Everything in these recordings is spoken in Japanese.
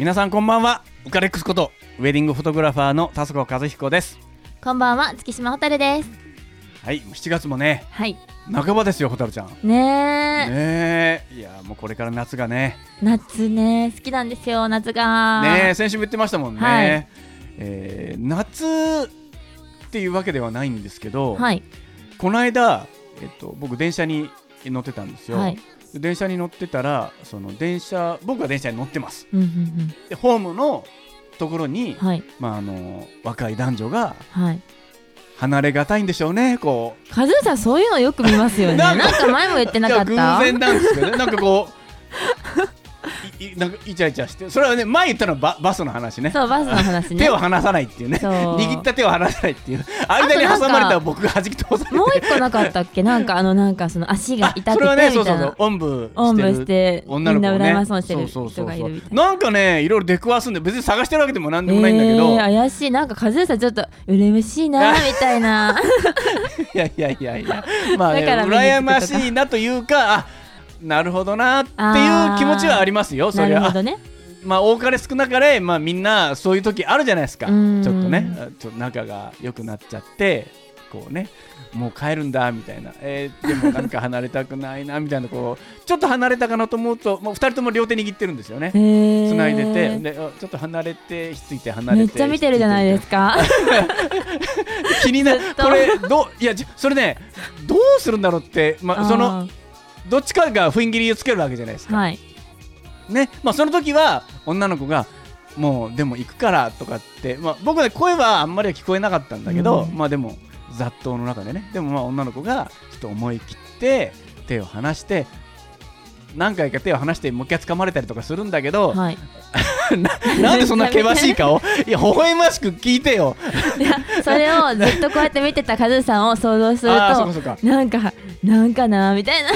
皆さんこんばんは。ウカレックスことウェディングフォトグラファーの田底和彦です。 こんばんは、月島蛍です。 はい、7月もね、 はい、 半ばですよ、蛍ちゃん。 ねえ、いやもうこれから夏がね。 夏ね、好きなんですよ、夏がね。先週も言ってましたもんね、 はい。 夏っていうわけではないんですけど、 はい、 この間、僕電車に乗ってたんですよ、 はい、 電車に乗ってたら、僕は電車に乗ってます、 うんうんうん、 でホームのところに、 はい、 若い男女が、 はい、 離れがたいんでしょうね。こうカズーさんそういうのよく見ますよね。なんか前も言ってなかった。 いや偶然なんですけどね。なんかこうなんかイチャイチャして、それはね、前言ったのはバスの話ね。 そう、バスの話ね。 手を離さないっていうね、握った手を離さないっていう、間に挟まれたら僕が弾き飛ばされて、 もう一個なかったっけ。なんかその足が痛くてみたいな。 それはね、そうそうそう、おんぶして女の子をね、 みんな羨ましそうにしてる人がいるみたいな。 なんかね、いろいろ出くわすんで、別に探してるわけでもなんでもないんだけど、 怪しい。なんかカズーさんちょっと羨ましいなみたいな。 いやまあね、羨ましいなというか、なるほどなっていう気持ちはありますよ。それはなるほどね。まあ多かれ少なかれ、まあみんなそういう時あるじゃないですか。ちょっとね、仲が良くなっちゃって、こうね、もう帰るんだみたいな、でもなんか離れたくないなみたいな、こうちょっと離れたかなと思うと、もう2人とも両手握ってるんですよね。繋いでて、でちょっと離れて、ひっついて離れて、 めっちゃ見てるじゃないですか。 気になる。これいやそれね、どうするんだろうって、そのどっちかが踏ん切りをつけるわけじゃないですか、 はいね。その時は女の子がもうでも行くからとかって、僕ね、声はあんまり聞こえなかったんだけど、でも雑踏の中でね、でも女の子がちょっと思い切って手を離して、何回か手を離してもう一回掴まれたりとかするんだけど、 はい、 なんでそんな険しい顔いや、微笑ましく聞いてよ。 いや、それをずっとこうやって見てたカズーさんを想像すると、なんかなみたいな。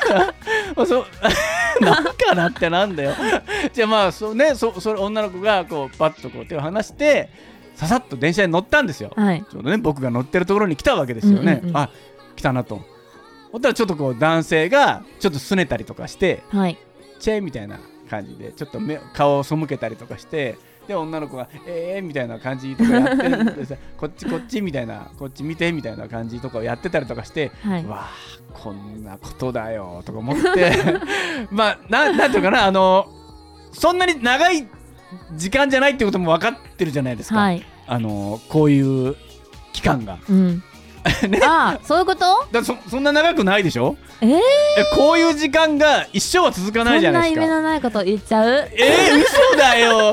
なんかなってなんだよ。じゃあそれ女の子がこうパッとこう手を離してささっと電車に乗ったんですよ、 はい、 ちょうどね、僕が乗ってるところに来たわけですよね、あ、来たなと。ほったらちょっとこう男性がちょっと拗ねたりとかして、 はい、 チェーみたいな感じでちょっと顔を背けたりとかして、で女の子がみたいな感じとかやってるんでさこっちみたいな、こっち見てみたいな感じとかをやってたりとかして、 はい、 わあこんなことだよとか思ってなんていうかな、そんなに長い時間じゃないってことも分かってるじゃないですか、 はい、 こういう期間が、 ね、ああ、そういうことだ。そんな長くないでしょ。こういう時間が一生は続かないじゃないですか。 そんな夢のないこと言っちゃう。 嘘だよ。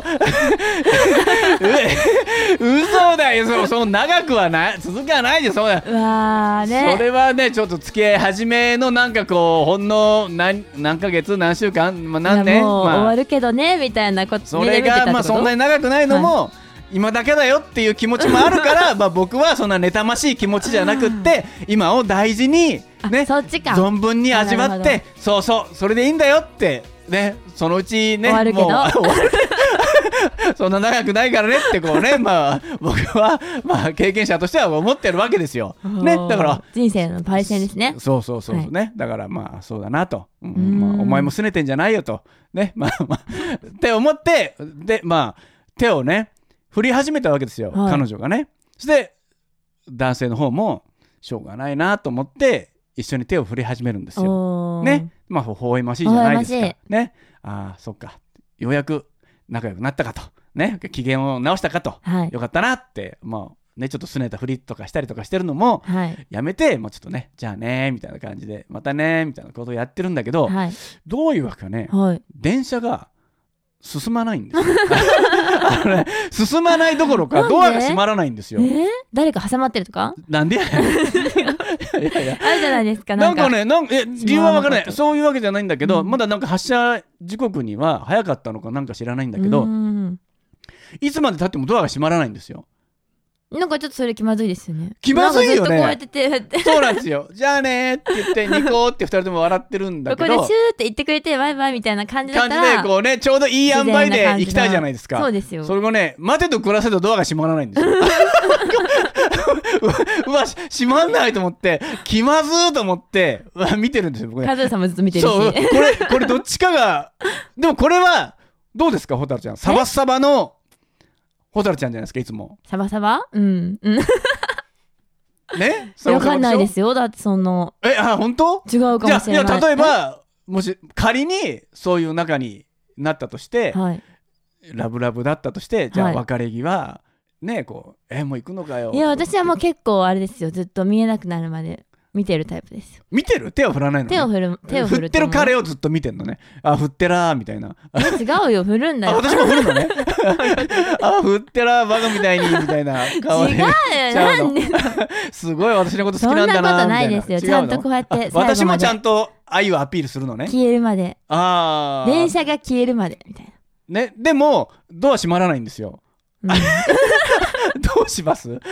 嘘だよ。そう長くはない、続かないで、そうだ。 ね、 それはね、ちょっと付き合い始めのなんかこうほんの何ヶ月何週間、何年、 もう終わるけどねみたいなこと。 それがそんなに長くないのも、はい、今だけだよっていう気持ちもあるから僕はそんな妬ましい気持ちじゃなくって今を大事にね、 そっちか、 存分に味わって、それでいいんだよってね、そのうちね、 終わるけどそんな長くないからねってこうね、僕は経験者としては思ってるわけですよ、ね。だから人生のパイセンですね。 そう、ね。だからそうだなと、お前も拗ねてんじゃないよとね、って思って、で手をね振り始めたわけですよ、はい、彼女がね。そして男性の方もしょうがないなと思って一緒に手を振り始めるんですよ、ね。微笑ましいじゃないですかね。そっか、ようやく仲良くなったかとね、機嫌を直したかと、はい、よかったなってね、ちょっと拗ねたふりとかしたりとかしてるのも、はい、やめて、もうちょっとね、じゃあねみたいな感じでまたねみたいなことをやってるんだけど、はい、どういうわけかね、はい、電車が進まないんですよ。進まないどころかドアが閉まらないんですよ。 誰か挟まってるとかなんでやねん。 あるじゃないですか。 なんかね、理由は分からない。そういうわけじゃないんだけど、まだなんか発車時刻には早かったのかなんか知らないんだけど、いつまで経ってもドアが閉まらないんですよ。 なんかちょっとそれ気まずいですよね。 気まずいよね。 ずっとこうやっててそうなんですよ。じゃあねって言ってニコって2人とも笑ってるんだけど、 これシューって言ってくれてバイバイみたいな感じだったら、 でこうね、ちょうどいい塩梅で行きたいじゃないですか。 そうですよ。 それがね、待てと暮らせとドアが閉まらないんですよ。うわ閉まんないと思って気まずーと思って見てるんですよ。 カズーさんもずっと見てるし、 そうこれどっちかがでもこれはどうですか蛍ちゃん、サバサバの蛍ちゃんじゃないですか、いつも。 サバサバ、うんうんね、 わかんないですよ。だってその本当違うかもしれない。 いや例えばもし仮にそういう仲になったとして、はい、ラブラブだったとして、じゃあ別れ際、ね、こうもう行くのかよ。 いや私はもう結構あれですよ、ずっと見えなくなるまで見てるタイプですよ。 見てる？手を振らないの、ね、 手を振るってる彼をずっと見てんのね。あ、振ってらーみたいな。 違うよ、振るんだよ。 私も振るのね。あ、振ってらーバカみたいにみたいな顔で。 違うよ、なんで。 すごい私のこと好きなんだなみたいな。 そんなことないですよ。ちゃんとこうやって私もちゃんと愛をアピールするのね。 消えるまで。電車が消えるまでみたいな。ね、でもドア閉まらないんですよ。どうします？ ど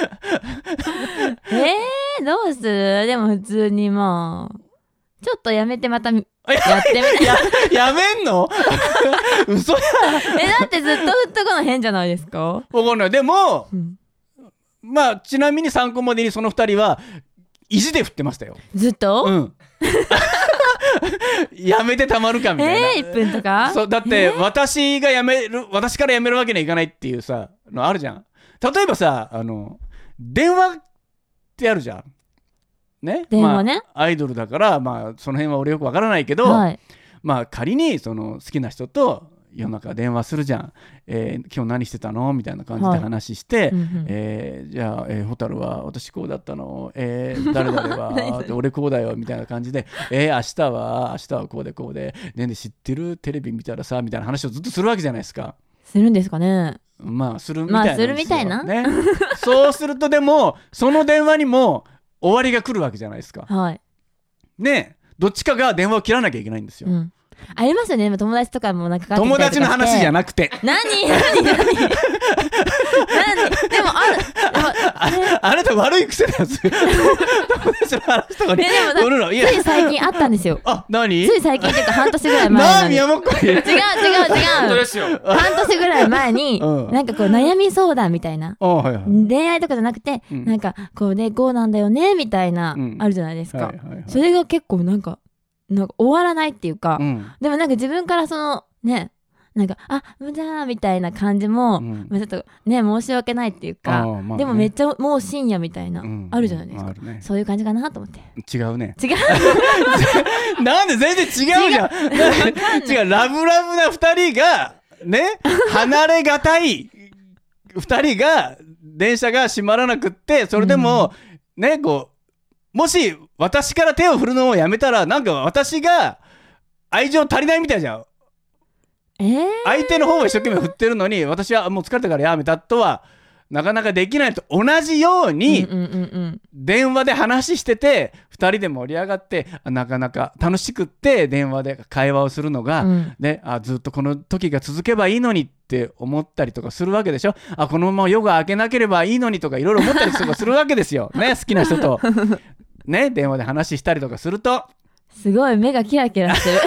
うする？でも普通にまあちょっとやめてまたやってみて。 やめんの？嘘や。 だってずっと振っとくの変じゃないですか？ わかんない。でも、まあちなみに参考までにその2人は意地で振ってましたよ。 ずっと？ うん。やめてたまるかみたいな。 1分とか？ そうだって私からやめるわけにはいかないっていうさのあるじゃん。例えばさ電話ってあるじゃんね。 電話ね、 アイドルだからまあその辺は俺よくわからないけど、まあ仮にその好きな人と夜中電話するじゃん、今日何してたのみたいな感じで話して、じゃあ、蛍は私こうだったの、誰々は俺こうだよみたいな感じで、明日はこうでこうで、ね知ってるテレビ見たらさみたいな話をずっとするわけじゃないですか。 するんですかね。 まあするみたいなんですよ、 するみたいな、 ね、そうするとでもその電話にも終わりが来るわけじゃないですか。ね、どっちかが電話を切らなきゃいけないんですよ。 ありますよね、友達とかもなんかかかってきたりとかして。 友達の話じゃなくて。 何でもあなた悪い癖だよ。友達の話とかに乗るの。 つい最近あったんですよ。 何？ つい最近っていうか半年ぐらい前に。 違う。本当ですよ。半年ぐらい前になんかこう悩み相談みたいな、恋愛とかじゃなくて、なんかこうでこうなんだよねみたいなあるじゃないですか。それが結構なんか終わらないっていうか、でもなんか自分からそのね、なんかじゃあみたいな感じも、ちょっとね申し訳ないっていうか、でもめっちゃもう深夜みたいな、あるじゃないですか、そういう感じかなと思って。 違うなんで全然違うじゃん。違う、ラブラブな2人がね離れがたい2人が電車が閉まらなくって、それでもねこうもし私から手を振るのをやめたら、なんか私が愛情足りないみたいじゃん。相手の方が一生懸命振ってるのに、私はもう疲れたからやめたとはなかなかできないと同じように、電話で話してて2人で盛り上がってなかなか楽しくって電話で会話をするのが、ずっとこの時が続けばいいのにって思ったりとかするわけでしょ。このまま夜が明けなければいいのにとかいろいろ思ったりとかするわけですよね。好きな人とね電話で話したりとかするとすごい目がキラキラしてる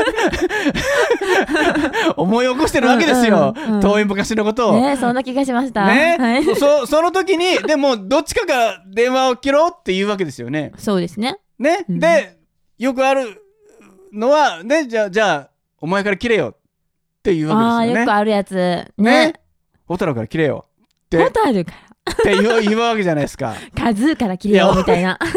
思い起こしてるわけですよ、遠い昔のことをね。そんな気がしました、 その時にでもどっちかが電話を切ろうっていうわけですよね。 そうですね。 でよくあるのはね、じゃあお前から切れよっていうわけですよね。 よくあるやつね。 蛍から切れよって蛍からって言うわけじゃないですか。 カズーから切れよみたいな。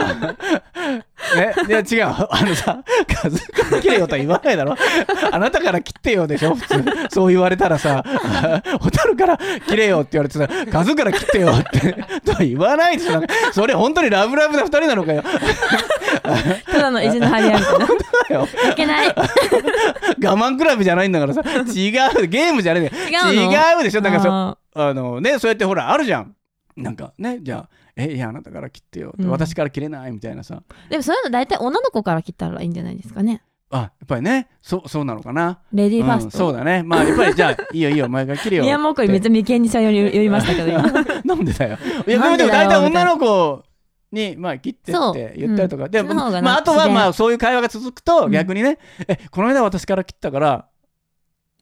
いや違う、カズーから切れよとは言わないだろ。あなたから切ってよでしょ普通。そう言われたらさ、蛍から切れよって言われてさ、カズーから切ってよってとは言わないですよ。それ本当にラブラブな2人なのかよ。 ただの意地の張り合いみたいな。 本当だよ。 いけない。 我慢クラブじゃないんだからさ。違う、ゲームじゃない。違うでしょ。なんかそうやってほらあるじゃん。なんかね、じゃあいやあなたから切ってよって、私から切れないみたいなさ。 でもそういうの大体女の子から切ったらいいんじゃないですかね。 やっぱりね、そうなのかな。 レディーファースト、 そうだね。まあやっぱりじゃあいいよお前が切れよって。 いやもうこれめっちゃ眉間にしゃ寄りましたけど今。 なんでだよ。いやでも大体女の子に切ってって言ったりとか、でもあとはそういう会話が続くと逆にね、この間私から切ったから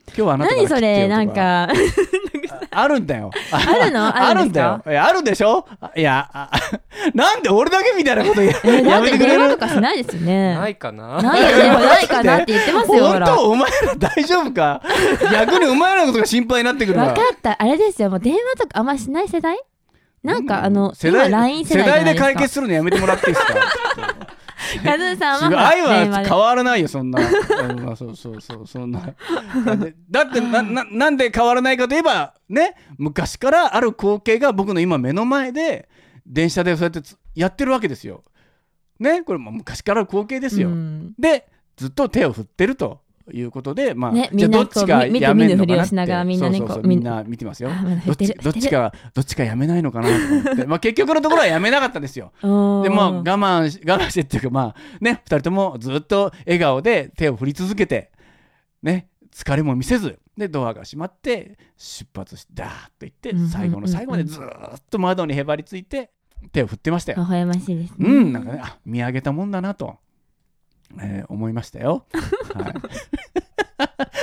今日はあなたから何それなんかあるんだよ。 あるの？ あるんだよ。あるでしょ。いやなんで俺だけみたいなことやめてくれる？ 電話とかしないですよね。 ないかな。 ないかなって言ってますよ。 本当お前ら大丈夫か？逆にお前らのことが心配になってくるわ。 分かった。あれですよ。もう電話とかあんましない世代？なんか世代 LINE 世代で解決するのやめてもらっていいですか？ カズさんは愛は変わらないよそんなそうそんなだってなんで変わらないかといえばね、昔からある光景が僕の今目の前で電車でそうやってやってるわけですよね。これも昔からある光景ですよ。でずっと手を振ってるということで、まあ、 ね、 じゃあどっちがやめるのかなって、 みんなね、 みんな見てますよ。どっちかやめないのかなと思って、まあ結局のところはやめなかったですよ。でも我慢してっていうか、まあね、2人ともずっと笑顔で手を振り続けてね、疲れも見せずでドアが閉まって出発してダーッと行って、最後の最後までずっと窓にへばりついて手を振ってましたよ。 微笑ましいですね。 なんかね、見上げたもんだなと。思いましたよ。はい、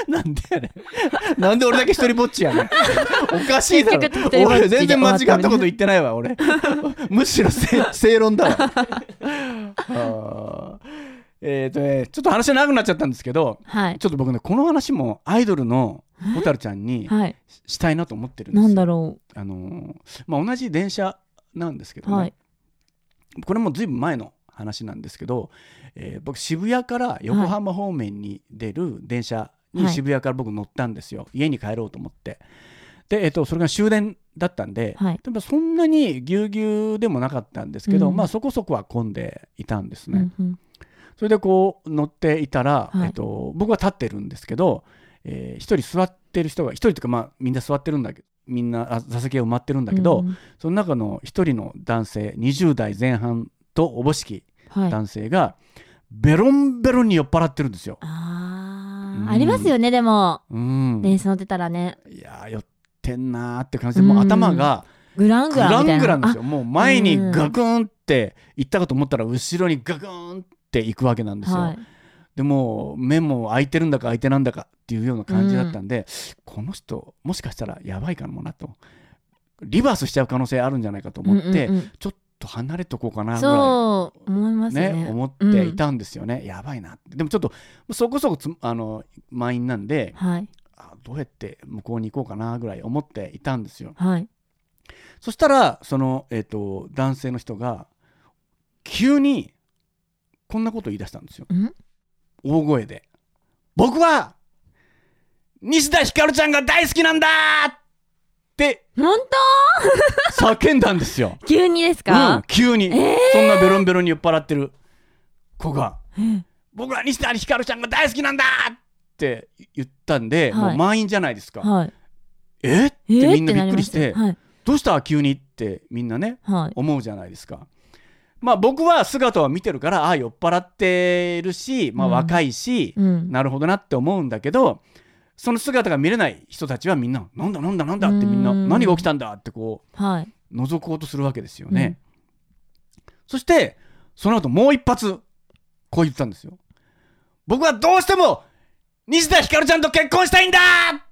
なんで俺だけ一人ぼっちやねん。おかしいだろ。俺全然間違ったこと言ってないわ俺。むしろ正論だわ。ちょっと話長くなっちゃったんですけど、はい、ちょっと僕ねこの話もアイドルの蛍ちゃんにしたいなと思ってるんですよ。 なんだろう。 まあ、同じ電車なんですけどね、はい、これもずいぶん前の話なんですけど、僕渋谷から横浜方面に出る電車に渋谷から僕乗ったんですよ、家に帰ろうと思って。で、それが終電だったんで、はい、でもそんなにぎゅうぎゅうでもなかったんですけど、まあそこそこは混んでいたんですね、それでこう乗っていたら、僕は立ってるんですけど、一人座ってる人が、一人というかまあみんな座ってるんだけど、みんな座席が埋まってるんだけど、その中の一人の男性20代前半とおぼしき男性がベロンベロンに酔っ払ってるんですよ。 ありますよね。でも電車乗ってたらね、 いや酔ってんなーって感じで、もう頭がグラングランですよ。もう前にガクンって行ったかと思ったら後ろにガクンって行くわけなんですよ、はい、でも目も開いてるんだか開いてなんだかっていうような感じだったんで、この人もしかしたらやばいかもなと、リバースしちゃう可能性あるんじゃないかと思って、ちょっと離れとこうかなぐらい、 そう思いますね、 思っていたんですよね、やばいなって。でもちょっとそこそこ満員なんで、はい、どうやって向こうに行こうかなぐらい思っていたんですよ、はい、そしたらその、男性の人が急にこんなことを言い出したんですよ。大声で、僕は西田ひかるちゃんが大好きなんだって本当叫んだんですよ。 急にですか？ 急に、そんなベロンベロンに酔っ払ってる子が、僕は西田ひかるちゃんが大好きなんだって言ったんで、もう満員じゃないですか、はい、ってみんなびっくりして、どうした急にってみんなね、思うじゃないですか。まあ僕は姿は見てるから、酔っ払ってるし、まあ若いし、なるほどなって思うんだけど、その姿が見れない人たちはみんななんだってみんな何が起きたんだってこう、覗こうとするわけですよね、そしてその後もう一発こう言ったんですよ。僕はどうしても西田ひかるちゃんと結婚したいんだ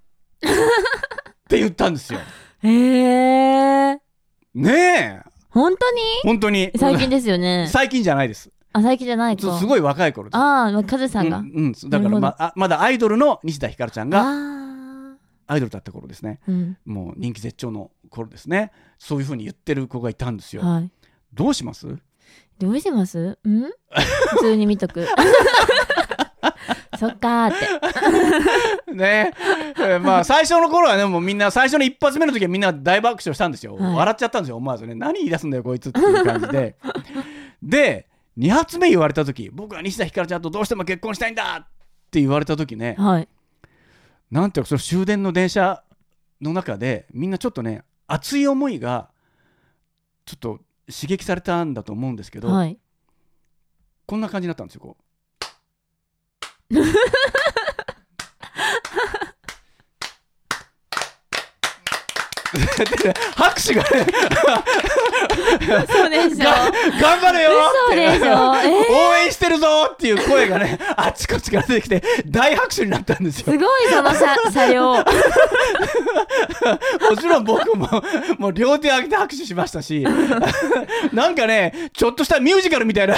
って言ったんですよ。ねえ本当に最近ですよね。 最近じゃないです。 最近じゃないか。 すごい若い頃です。 カズさんが、 だからまだアイドルの西田ひかるちゃんがアイドルだった頃ですね、もう人気絶頂の頃ですね。そういう風に言ってる子がいたんですよ、どうします？ 普通に見とくそっかーってねまあ最初の頃はね、もうみんな最初の一発目の時はみんな大爆笑したんですよ、笑っちゃったんですよ思わずね。何言い出すんだよこいつっていう感じでで2発目言われた時、僕は西田ひかるちゃんとどうしても結婚したいんだって言われた時ね、なんていうかその終電の電車の中でみんなちょっとね熱い思いがちょっと刺激されたんだと思うんですけど、こんな感じになったんですよ。こう拍手がねそうでしょ頑張れよって、 応援してるぞっていう声がねあちこちから出てきて大拍手になったんですよ。 すごいその車両もちろん僕もう両手上げて拍手しましたしなんかねちょっとしたミュージカルみたいな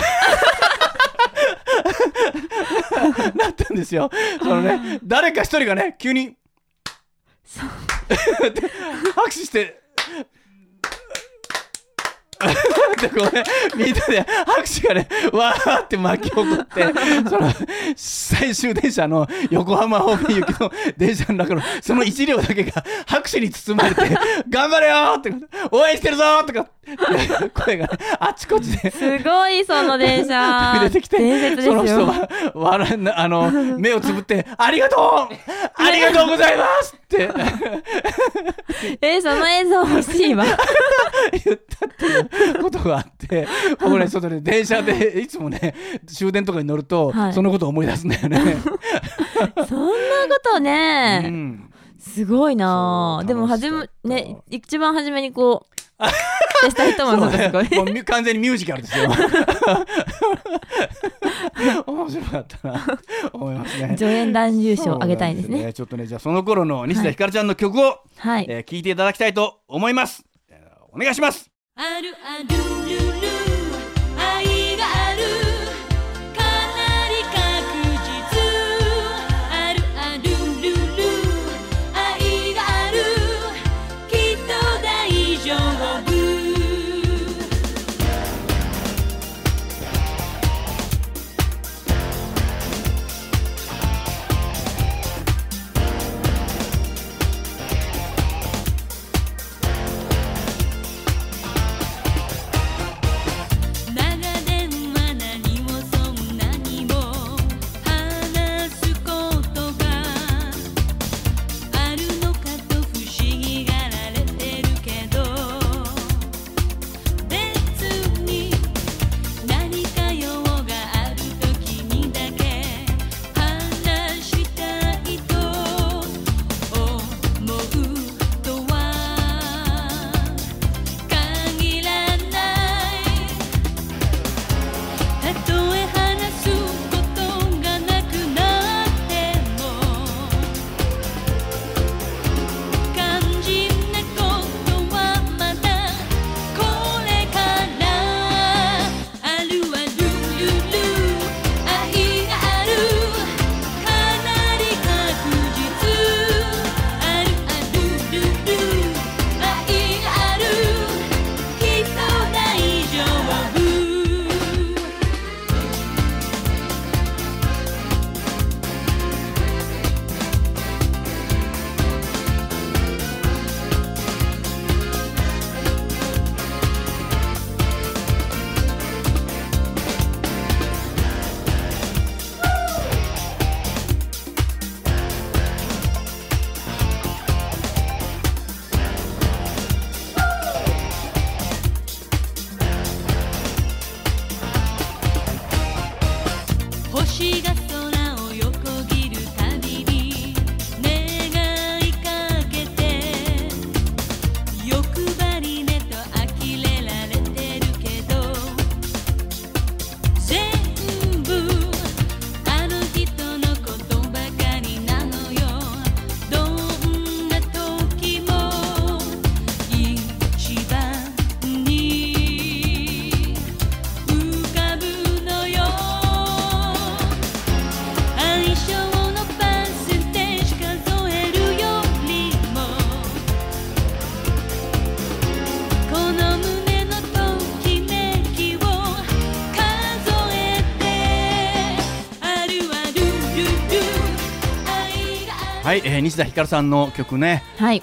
なったんですよ。そのね誰か一人がね急に拍手してでこうね、みんなで拍手がねわーって巻き起こってその最終電車の横浜方面行きの電車の中のその1両だけが拍手に包まれて頑張れよーって応援してるぞーとか声が、ね、あちこちですごいその電車出てきて伝説ですよ。 その人は目をつぶってありがとうありがとうございますってその映像欲しいわ言ったっていうことがあって僕ね外で電車でいつもね終電とかに乗ると、はい、そのことを思い出すんだよねそんなことね、すごいな。でもね一番初めにこうした人もすごいもう完全にミュージカルですよ面白かったな思いますね。 助演男優賞あげたいですね。 ちょっとねじゃあその頃の西田ひかるちゃんの曲を、はい聴いていただきたいと思います。お願いします。あるあるルル愛があるかなり確実あるあるルル愛があるきっと大丈夫はい、西田ひかるさんの曲ね、はい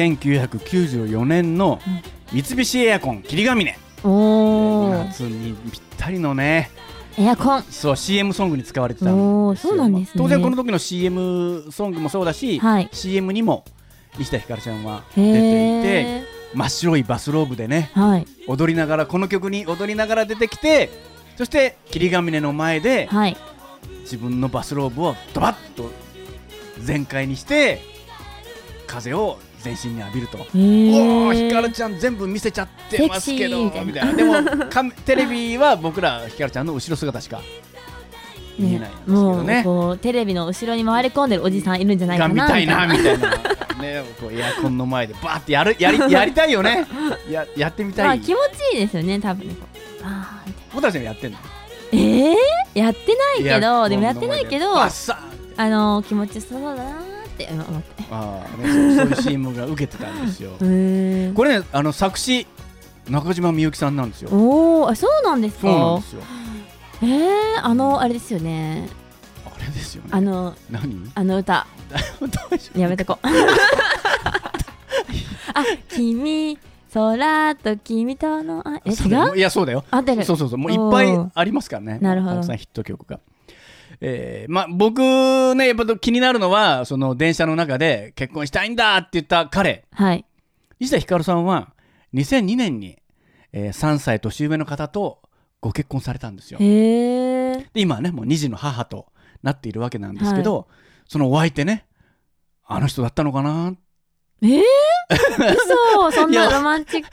1994年の三菱エアコン霧ヶ峰、夏にぴったりのねエアコン、 そう CM ソングに使われてたんですよ。 そうなんですね。 当然この時の CM ソングもそうだし、はい、CM にも西田ひかるちゃんは出ていて真っ白いバスローブでね、はい、踊りながらこの曲に踊りながら出てきて、そして霧ヶ峰の前で、はい、自分のバスローブをドバッと全開にして風を全身に浴びると、おおひかるちゃん全部見せちゃってますけどみたいな。でもテレビは僕らひかるちゃんの後ろ姿しか見えないんですけどね。 もうこうテレビの後ろに回り込んでるおじさんいるんじゃないかなみたいなね、こうエアコンの前でバーってやりたいよね。やってみたい。 まあ気持ちいいですよね多分ね。 ホタルちゃんやってんの？ やってないけど、でもやってないけど気持ちそうだなって思って、 そういう CM が受けてたんですよ。これね作詞中島みゆきさんなんですよ。 そうなんですか。 そうなんですよ。 あれですよね。 あれですよね。 何歌やめてこ君空と君との違う？ いやそうだよ。そうもういっぱいありますからね。 なるほど。 たくさんヒット曲が。僕ねやっぱ気になるのはその電車の中で結婚したいんだって言った彼。西田ひかるさんは2002年に、3歳年上の方とご結婚されたんですよ。で今ねもう2児の母となっているわけなんですけど、そのお相手ねあの人だったのかな。 嘘そんなロマンチック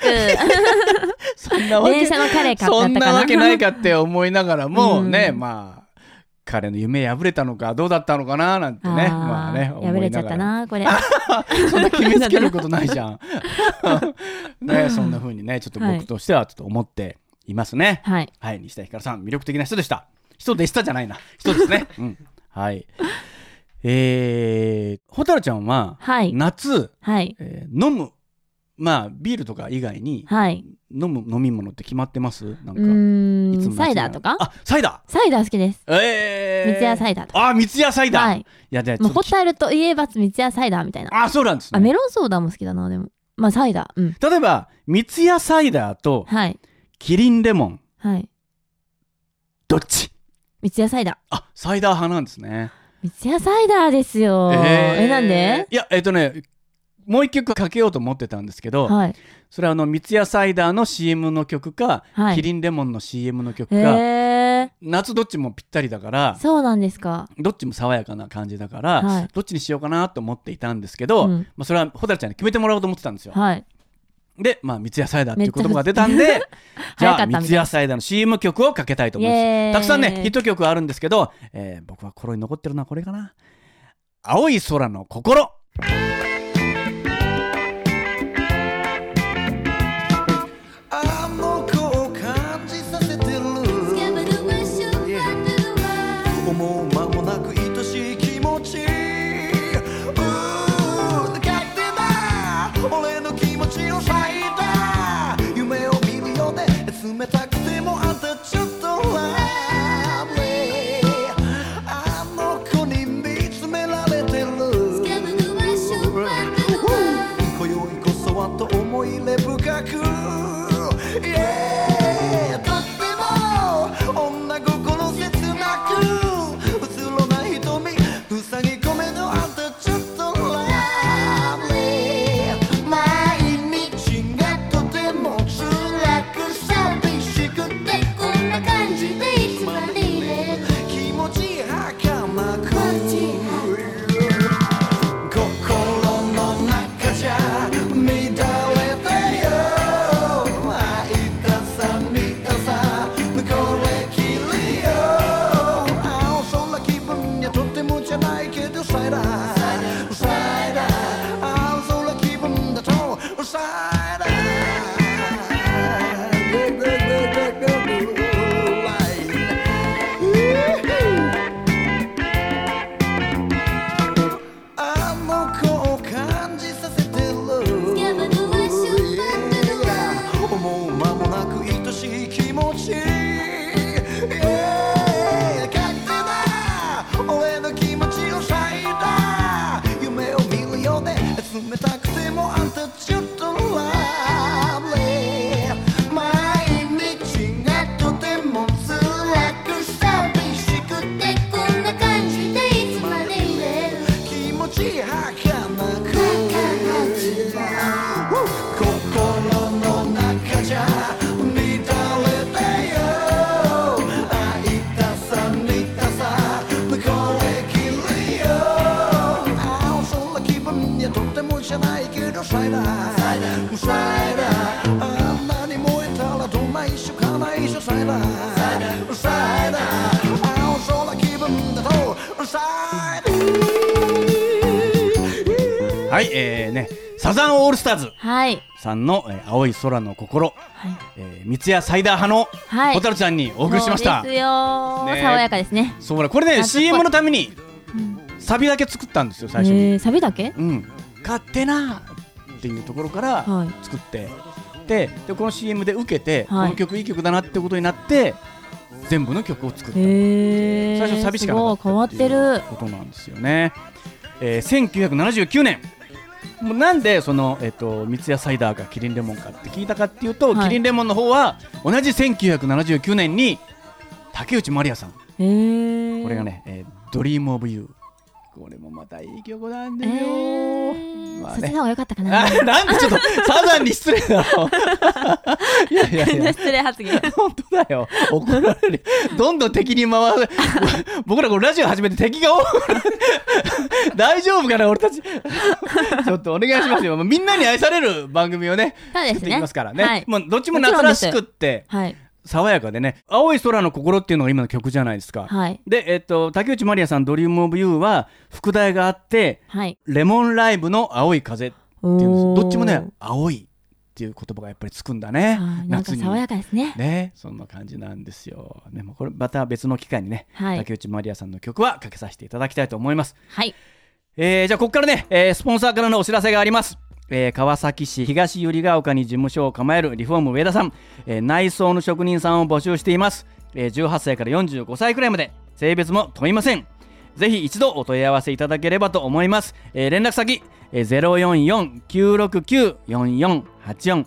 電車の彼かそんなわけないかって思いながらもね、彼の夢破れたのかどうだったのかななんてね、 破れちゃったなこれそんな決めつけることないじゃんね、そんな風にねちょっと僕としてはちょっと思っていますね。西田ひかるさん魅力的な人でした。人ですね。ほたるちゃんは夏、飲むビールとか以外に飲む飲み物って決まってます？なんかいつもサイダーとか？ サイダー好きです。三ツ矢サイダーとか。 三ツ矢サイダー。いやもうホタルといえば三ツ矢サイダーみたいな。 そうなんですね。 メロンソーダも好きだな。でもサイダー。 例えば三ツ矢サイダーとキリンレモン。どっち？三ツ矢サイダー。サイダー派なんですね。 三ツ矢サイダーですよ。なんで？ いやもう一曲かけようと思ってたんですけど、それは三ツ矢サイダーの CM の曲か、キリンレモンの CM の曲か、夏どっちもぴったりだから。 そうなんですか。 どっちも爽やかな感じだから、どっちにしようかなと思っていたんですけど、それはほたるちゃんに決めてもらおうと思ってたんですよ。で三ツ矢サイダーっていう言葉が出たんでじゃあ三ツ矢サイダーの CM 曲をかけたいと思います。たくさんねヒット曲あるんですけど、僕は心に残ってるのはこれかな。青い空の心。 じゃないけどサイダーサイダーサイダーあんなに燃えたらどんな一緒かな一緒サイダーサイダーサイダー青空気分だとサイダーはい、ね、サザンオールスターズさんの、青い空の心、はい、三ツ矢サイダー派の蛍ちゃんにお送りしました。 そうですよ、ね、爽やかですね。 そうこれね CM のためにサビだけ作ったんですよ最初に。 サビだけ？ うん。勝手なっていうところから作って、でこの CM で受けて、この曲いい曲だなってことになって全部の曲を作った。最初サビしかなかったっていうことなんですよね。1979年もうなんでその、三ツ矢サイダーがキリンレモンかって聞いたかっていうと、キリンレモンの方は同じ1979年に竹内まりやさん、これがね、ドリームオブユー、これもまたいい曲なんですよ。 まあね、そっちの方が良かったかな。 なんでちょっとサザンに失礼だろう。いや失礼発言。 本当だよ。怒られる。どんどん敵に回る。僕らこのラジオ始めて敵が多い。大丈夫かな俺たち。ちょっとお願いしますよ。みんなに愛される番組をね、作っていきますからね。はい、もうどっちも夏らしくって。はい。爽やかでね、青い空の心っていうのが今の曲じゃないですか。はい、で、竹内まりやさんドリームオブユーは副題があって、はい、レモンライブの青い風っていうんです。どっちもね青いっていう言葉がやっぱりつくんだね。 夏になんか爽やかですね。 ね、そんな感じなんですよ。でもこれまた別の機会にね、はい、竹内まりやさんの曲はかけさせていただきたいと思います。はい。じゃあここからね、スポンサーからのお知らせがあります。川崎市東百合ヶ丘に事務所を構えるリフォーム上田さん、内装の職人さんを募集しています。18歳から45歳くらいまで、性別も問いません。ぜひ一度お問い合わせいただければと思います。連絡先、044-969-4484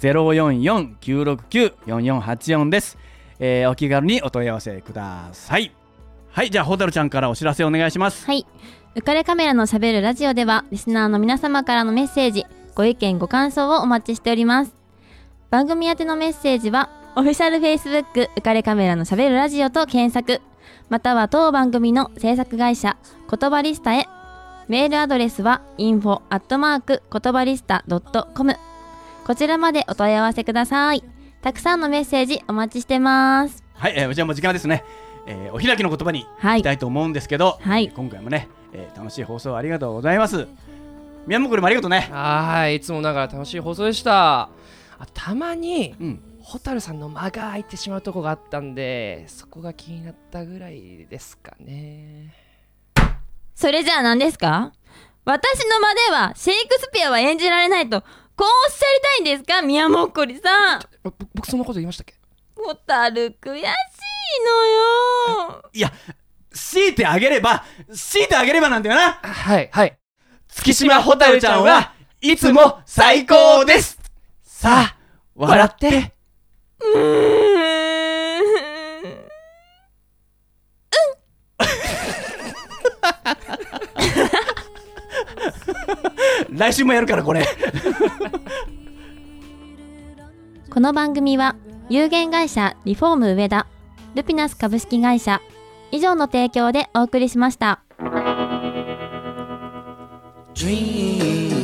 044-969-4484 です。お気軽にお問い合わせください。はい、じゃあ蛍ちゃんからお知らせお願いします。 はい、浮かれカメラのしゃべるラジオではリスナーの皆様からのメッセージ、ご意見ご感想をお待ちしております。番組宛てのメッセージはオフィシャル Facebook 浮かれカメラのしゃべるラジオと検索、または当番組の制作会社言葉リスタへ。メールアドレスは info@ 言葉リスタ .com、 こちらまでお問い合わせください。たくさんのメッセージお待ちしてます。 はい、じゃあもう時間ですね。お開きの言葉にいきたいと思うんですけど、はい、今回もね、楽しい放送ありがとうございます。宮本君もありがとうね。 はい、いつもながら楽しい放送でした。たまに、蛍さんの間が空いてしまうとこがあったんで、そこが気になったぐらいですかね。 それじゃあ何ですか？私の間ではシェイクスピアは演じられないとこうおっしゃりたいんですか、宮もっこりさん。 僕そんなこと言いましたっけ？ 蛍悔しいのよ。 いや、強いてあげればなんだよな。 はいはい。 月島蛍ちゃんはいつも最高です。さあ笑って。来週もやるからこれ。 この番組は有限会社リフォーム上田、ルピナス株式会社以上の提供でお送りしました。Dream